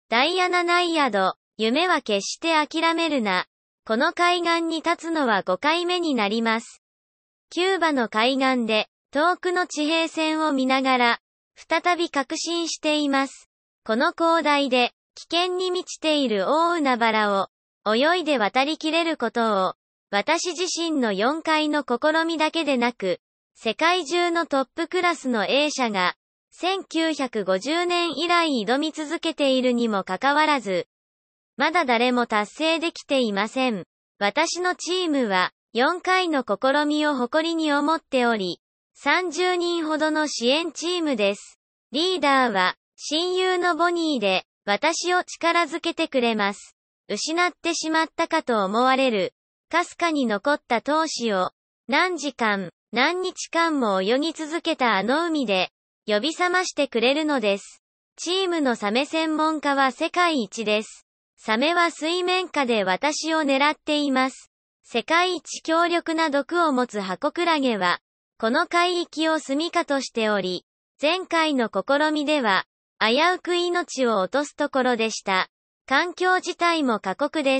ダイアナ・ナイアド、夢は決して諦めるな。この海岸に立つのは5回目になります。キューバの海岸で、遠くの地平線を見ながら、再び確信しています。この広大で、危険に満ちている大海原を、泳いで渡りきれることを、私自身の4回の試みだけでなく、世界中のトップクラスの泳者が、1950年以来挑み続けているにもかかわらず、まだ誰も達成できていません。私のチームは、4回の試みを誇りに思っており、30人ほどの支援チームです。リーダーは、親友のボニーで、私を力づけてくれます。失ってしまったかと思われる、かすかに残った闘志を、何時間、何日間も泳ぎ続けたあの海で、呼び覚ましてくれるのです。チームのサメ専門家は世界一です。サメは水面下で私を狙っています。世界一強力な毒を持つハコクラゲは、この海域を住処としており、前回の試みでは、危うく命を落とすところでした。環境自体も過酷です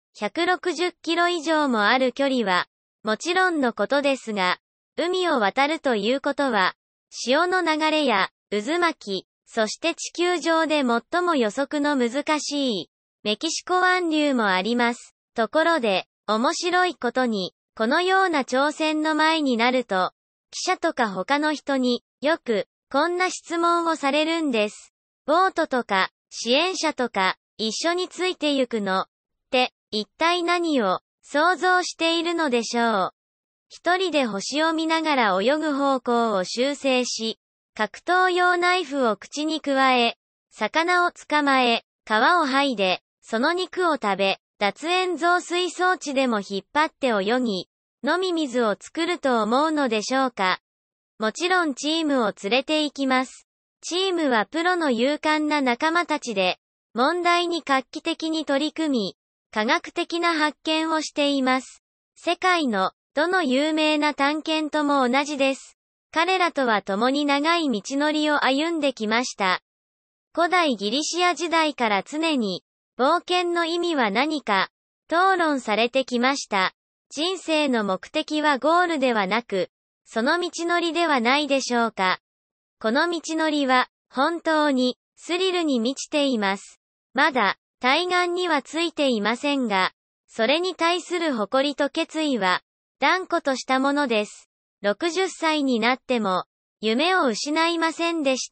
。160キロ以上もある距離は、もちろんのことですが、海を渡るということは、潮の流れや渦巻き、そして地球上で最も予測の難しいメキシコ湾流もあります。ところで、面白いことに、このような挑戦の前になると、記者とか他の人によくこんな質問をされるんです。ボートとか支援者とか一緒についてゆくのって一体何を想像しているのでしょう。一人で星を見ながら泳ぐ方向を修正し、格闘用ナイフを口にくわえ、魚を捕まえ、皮を剥いで、その肉を食べ、脱塩増水装置でも引っ張って泳ぎ、飲み水を作ると思うのでしょうか。もちろんチームを連れて行きます。チームはプロの勇敢な仲間たちで、問題に画期的に取り組み、科学的な発見をしています。世界のどの有名な探検とも同じです。彼らとは共に長い道のりを歩んできました。古代ギリシア時代から常に、冒険の意味は何か、討論されてきました。人生の目的はゴールではなく、その道のりではないでしょうか。この道のりは、本当に、スリルに満ちています。まだ、対岸にはついていませんが、それに対する誇りと決意は、断固としたものです。60歳になっても、夢を失いませんでした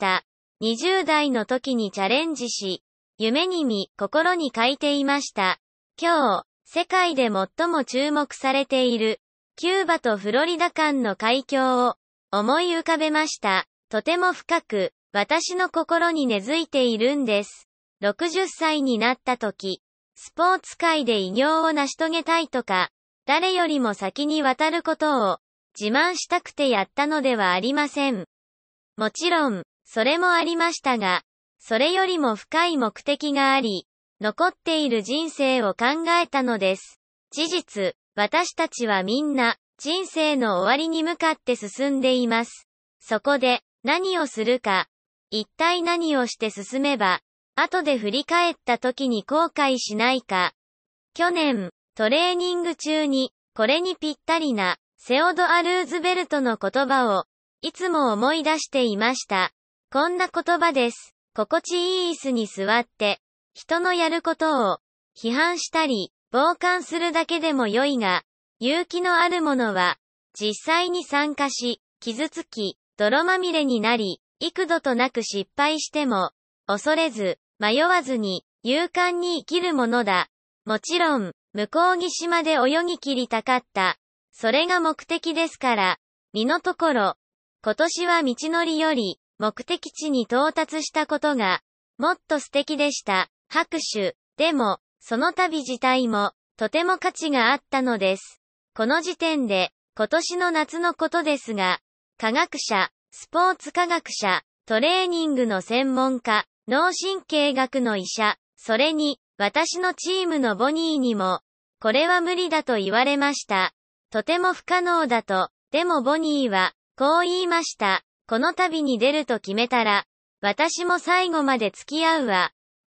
。20代の時にチャレンジし、夢に見、心に書いていました。今日、世界で最も注目されている、キューバとフロリダ間の海峡を、思い浮かべました。とても深く、私の心に根付いているんです。60歳になった時、スポーツ界で偉業を成し遂げたいとか、誰よりも先に渡ることを、自慢したくてやったのではありません。もちろん、それもありましたが、それよりも深い目的があり、残っている人生を考えたのです。事実、私たちはみんな、人生の終わりに向かって進んでいます。そこで、何をするか、一体何をして進めば、後で振り返った時に後悔しないか。去年、トレーニング中に、これにぴったりな、セオドア・ルーズベルトの言葉を、いつも思い出していました。こんな言葉です。心地いい椅子に座って、人のやることを、批判したり、傍観するだけでも良いが、勇気のある者は、実際に参加し、傷つき、泥まみれになり、幾度となく失敗しても、恐れず、迷わずに、勇敢に生きるものだ。もちろん、向こう岸まで泳ぎ切りたかった。それが目的ですから、身のところ、今年は道のりより、目的地に到達したことが、もっと素敵でした。拍手。でも、その旅自体も、とても価値があったのです。この時点で、今年の夏のことですが、科学者、スポーツ科学者、トレーニングの専門家、脳神経学の医者、それに、私のチームのボニーにも、これは無理だと言われました。とても不可能だと、でもボニーは、こう言いました。この旅に出ると決めたら、私も最後まで付き合うわ。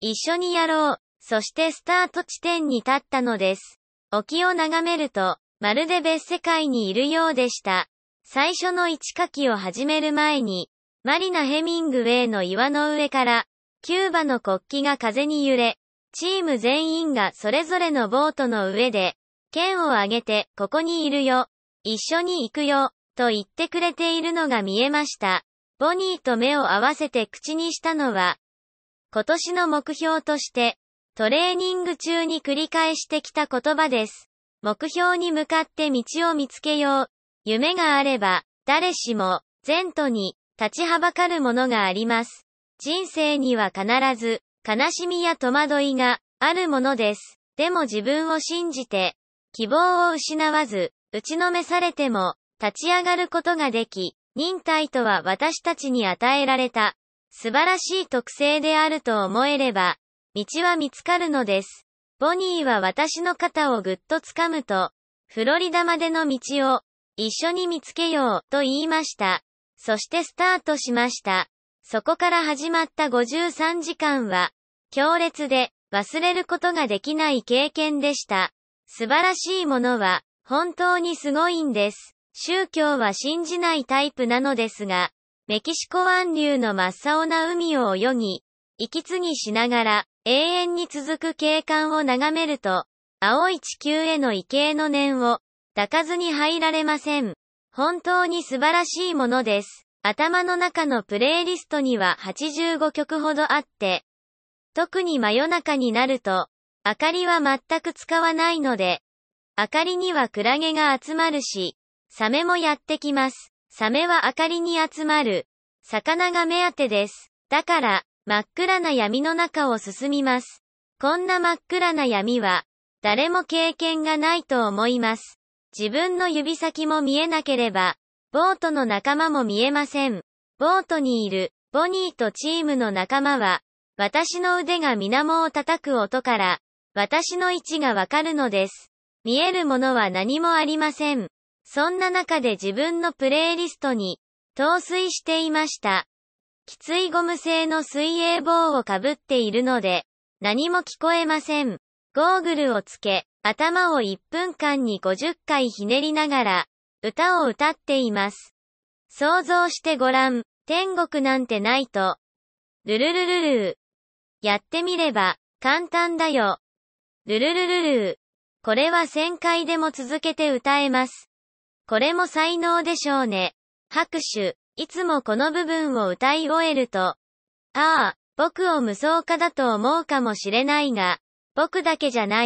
一緒にやろう。そしてスタート地点に立ったのです。沖を眺めると、まるで別世界にいるようでした。最初の位置書きを始める前に、マリナ・ヘミングウェイの岩の上から、キューバの国旗が風に揺れ、チーム全員がそれぞれのボートの上で、剣を上げて、ここにいるよ。一緒に行くよ。と言ってくれているのが見えました。ボニーと目を合わせて口にしたのは、今年の目標として、トレーニング中に繰り返してきた言葉です。目標に向かって道を見つけよう。夢があれば、誰しも、前途に、立ちはばかるものがあります。人生には必ず、悲しみや戸惑いが、あるものです。でも自分を信じて、希望を失わず、打ちのめされても、立ち上がることができ、忍耐とは私たちに与えられた、素晴らしい特性であると思えれば、道は見つかるのです。ボニーは私の肩をぐっと掴むと、フロリダまでの道を、一緒に見つけよう、と言いました。そしてスタートしました。そこから始まった53時間は、強烈で、忘れることができない経験でした。素晴らしいものは、本当にすごいんです。宗教は信じないタイプなのですが、メキシコ湾流の真っ青な海を泳ぎ、息継ぎしながら、永遠に続く景観を眺めると、青い地球への畏敬の念を、抱かずに入られません。本当に素晴らしいものです。頭の中のプレイリストには85曲ほどあって、特に真夜中になると、明かりは全く使わないので、明かりにはクラゲが集まるし、サメもやってきます。サメは明かりに集まる。魚が目当てです。だから、真っ暗な闇の中を進みます。こんな真っ暗な闇は、誰も経験がないと思います。自分の指先も見えなければ、ボートの仲間も見えません。ボートにいる、ボニーとチームの仲間は、私の腕が水面を叩く音から、私の位置がわかるのです。見えるものは何もありません。そんな中で自分のプレイリストに、陶酔していました。きついゴム製の水泳帽をかぶっているので、何も聞こえません。ゴーグルをつけ、頭を1分間に50回ひねりながら、歌を歌っています。想像してごらん、天国なんてないと。ルルルルルー。やってみれば、簡単だよ。ルルルルルー。これは1000回でも続けて歌えます。これも才能でしょうね。拍手。いつもこの部分を歌い終えると、ああ、僕を無双家だと思うかもしれないが、僕だけじゃない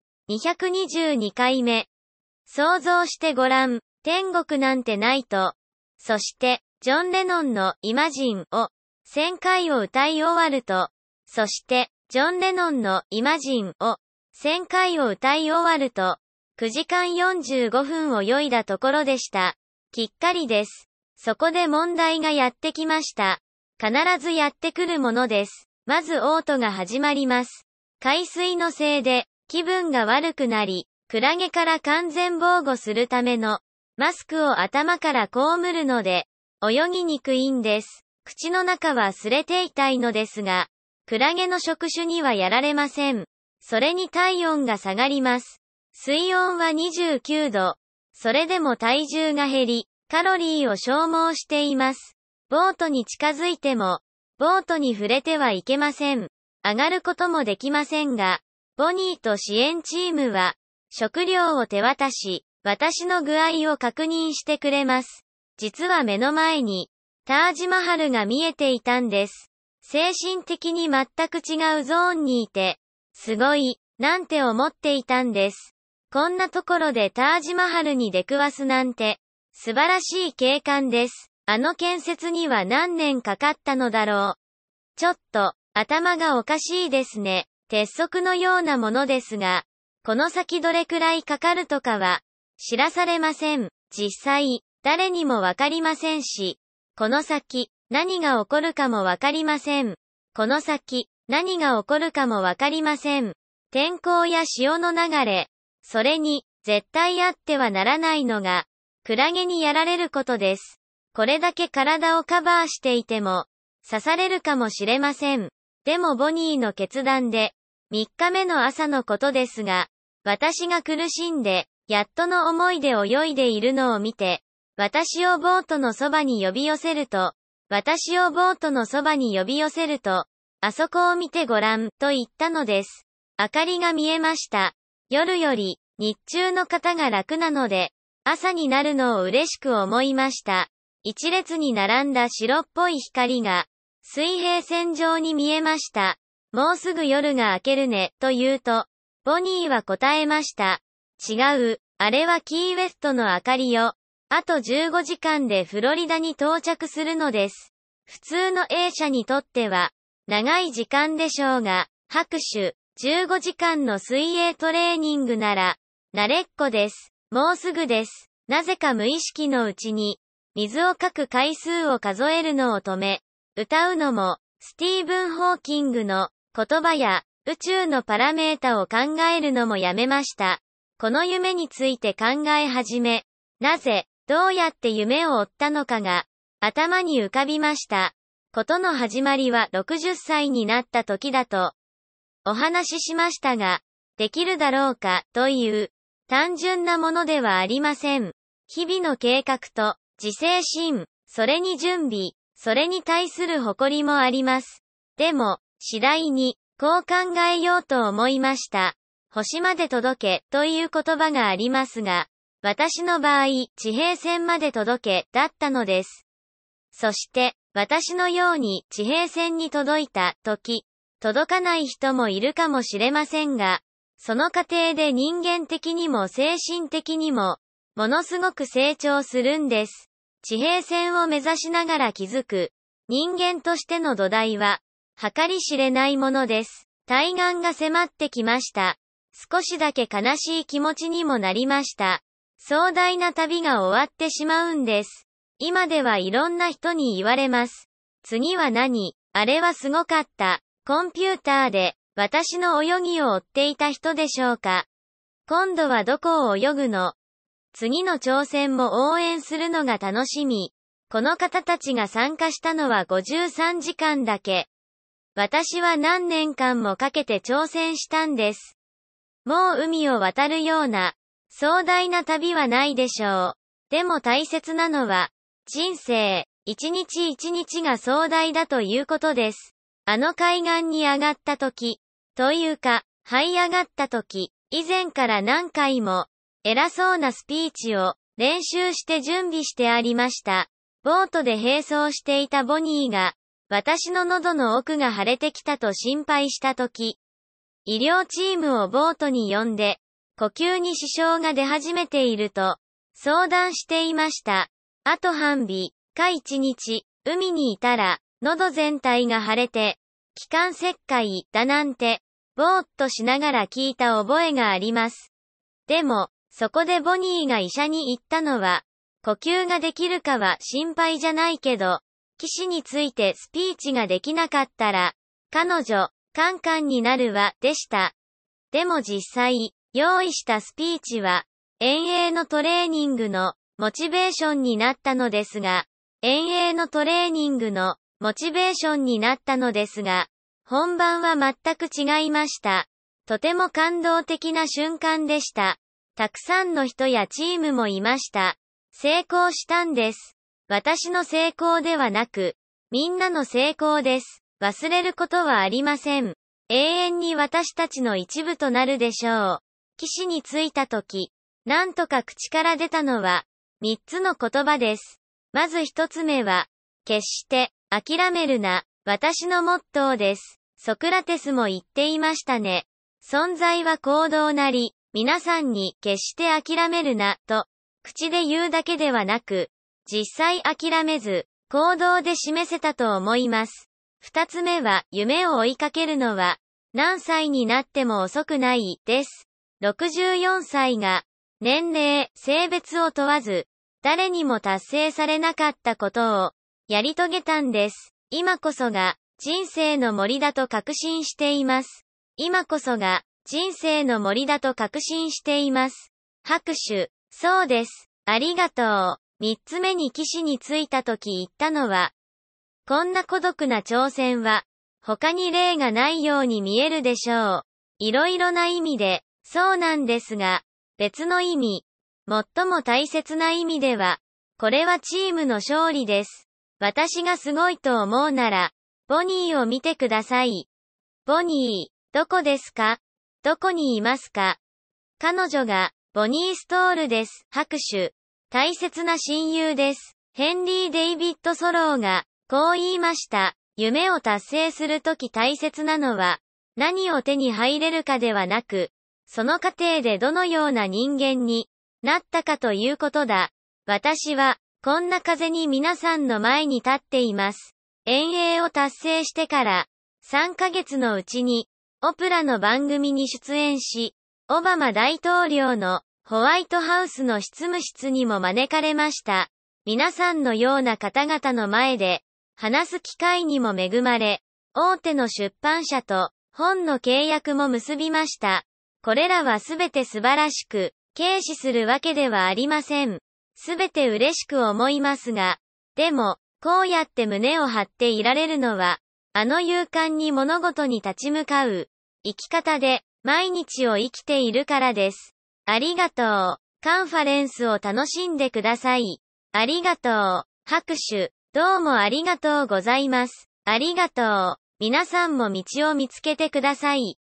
。222回目。想像してごらん、天国なんてないと。そして、ジョン・レノンのイマジンを1000回を歌い終わると、そして、ジョン・レノンのイマジンを1000回を歌い終わると、9時間45分を泳いだところでした。きっかりです。そこで問題がやってきました。必ずやってくるものです。まず嘔吐が始まります。海水のせいで気分が悪くなり、クラゲから完全防護するためのマスクを頭から被るので、泳ぎにくいんです。口の中は擦れて痛いのですが、クラゲの触手にはやられません。それに体温が下がります。水温は29度。それでも体重が減り、カロリーを消耗しています。ボートに近づいても、ボートに触れてはいけません。上がることもできませんが、ボニーと支援チームは、食料を手渡し、私の具合を確認してくれます。実は目の前に、タージマハルが見えていたんです。精神的に全く違うゾーンにいて、すごい、なんて思っていたんです。こんなところでタージマハルに出くわすなんて、素晴らしい景観です。あの建設には何年かかったのだろう。ちょっと、頭がおかしいですね。鉄則のようなものですが、この先どれくらいかかるとかは、知らされません。実際、誰にもわかりませんし、この先、何が起こるかもわかりません。この先、何が起こるかもわかりません。天候や潮の流れ、それに、絶対あってはならないのが、クラゲにやられることです。これだけ体をカバーしていても、刺されるかもしれません。 でもボニーの決断で、3日目の朝のことですが、私が苦しんで、やっとの思いで泳いでいるのを見て、私をボートのそばに呼び寄せると、あそこを見てごらん、と言ったのです。明かりが見えました。夜より、日中の方が楽なので、朝になるのを嬉しく思いました。一列に並んだ白っぽい光が、水平線上に見えました。もうすぐ夜が明けるね、と言うと、ボニーは答えました。違う、あれはキーウェストの明かりよ。あと15時間でフロリダに到着するのです。普通の泳者にとっては、長い時間でしょうが、拍手、15時間の水泳トレーニングなら、慣れっこです。もうすぐです。なぜか無意識のうちに、水をかく回数を数えるのを止め、歌うのも、スティーブン・ホーキングの言葉や宇宙のパラメータを考えるのもやめました。この夢について考え始め、なぜ、どうやって夢を追ったのかが、頭に浮かびました。ことの始まりは60歳になった時だと、お話ししましたが、できるだろうか、という、単純なものではありません。日々の計画と、自制心、それに準備、それに対する誇りもあります。でも、次第に、こう考えようと思いました。星まで届け、という言葉がありますが、私の場合、地平線まで届け、だったのです。そして、私のように地平線に届いた時、届かない人もいるかもしれませんが、その過程で人間的にも精神的にも、ものすごく成長するんです。地平線を目指しながら気づく、人間としての土台は、計り知れないものです。対岸が迫ってきました。少しだけ悲しい気持ちにもなりました。壮大な旅が終わってしまうんです。今ではいろんな人に言われます。次は何？あれはすごかった。コンピューターで、私の泳ぎを追っていた人でしょうか。今度はどこを泳ぐの？次の挑戦も応援するのが楽しみ。この方たちが参加したのは53時間だけ。私は何年間もかけて挑戦したんです。もう海を渡るような、壮大な旅はないでしょう。でも大切なのは、人生、一日一日が壮大だということです。あの海岸に上がった時、というか、這い上がった時、以前から何回も、偉そうなスピーチを練習して準備してありました。ボートで並走していたボニーが、私の喉の奥が腫れてきたと心配した時、医療チームをボートに呼んで、呼吸に支障が出始めていると、相談していました。あと半日、か1日、海にいたら、喉全体が腫れて、気管切開だなんて、ぼーっとしながら聞いた覚えがあります。でも、そこでボニーが医者に言ったのは、呼吸ができるかは心配じゃないけど、騎士についてスピーチができなかったら、彼女、カンカンになるわ、でした。でも実際、用意したスピーチは、遠泳のトレーニングのモチベーションになったのですが、本番は全く違いました。とても感動的な瞬間でした。たくさんの人やチームもいました。成功したんです。私の成功ではなく、みんなの成功です。忘れることはありません。永遠に私たちの一部となるでしょう。岸に着いたとき、なんとか口から出たのは、3つの言葉です。まず1つ目は、決して諦めるな、私のモットーです。ソクラテスも言っていましたね。存在は行動なり、皆さんに決して諦めるな、と、口で言うだけではなく、実際諦めず、行動で示せたと思います。2つ目は、夢を追いかけるのは、何歳になっても遅くない、です。64歳が、年齢、性別を問わず、誰にも達成されなかったことを、やり遂げたんです。今こそが、人生の森だと確信しています。今こそが、人生の森だと確信しています。拍手、そうです。ありがとう。3つ目に岸に着いたとき言ったのは、こんな孤独な挑戦は、 他に例がないように見えるでしょう。いろいろな意味で、そうなんですが、別の意味、最も大切な意味では、これはチームの勝利です。私がすごいと思うなら、ボニーを見てください。ボニー、どこですか？どこにいますか？彼女が、ボニー・ストールです。拍手。大切な親友です。ヘンリー・デイビッド・ソローが、こう言いました。夢を達成するとき大切なのは、何を手に入れるかではなく、その過程でどのような人間になったかということだ。私は、こんな風に皆さんの前に立っています。遠泳を達成してから、3ヶ月のうちに、オプラの番組に出演し、オバマ大統領のホワイトハウスの執務室にも招かれました。皆さんのような方々の前で、話す機会にも恵まれ、大手の出版社と本の契約も結びました。これらはすべて素晴らしく、軽視するわけではありません。すべて嬉しく思いますが、でも、こうやって胸を張っていられるのは、勇敢に物事に立ち向かう、生き方で、毎日を生きているからです。ありがとう。カンファレンスを楽しんでください。ありがとう。拍手。どうもありがとうございます。ありがとう。皆さんも道を見つけてください。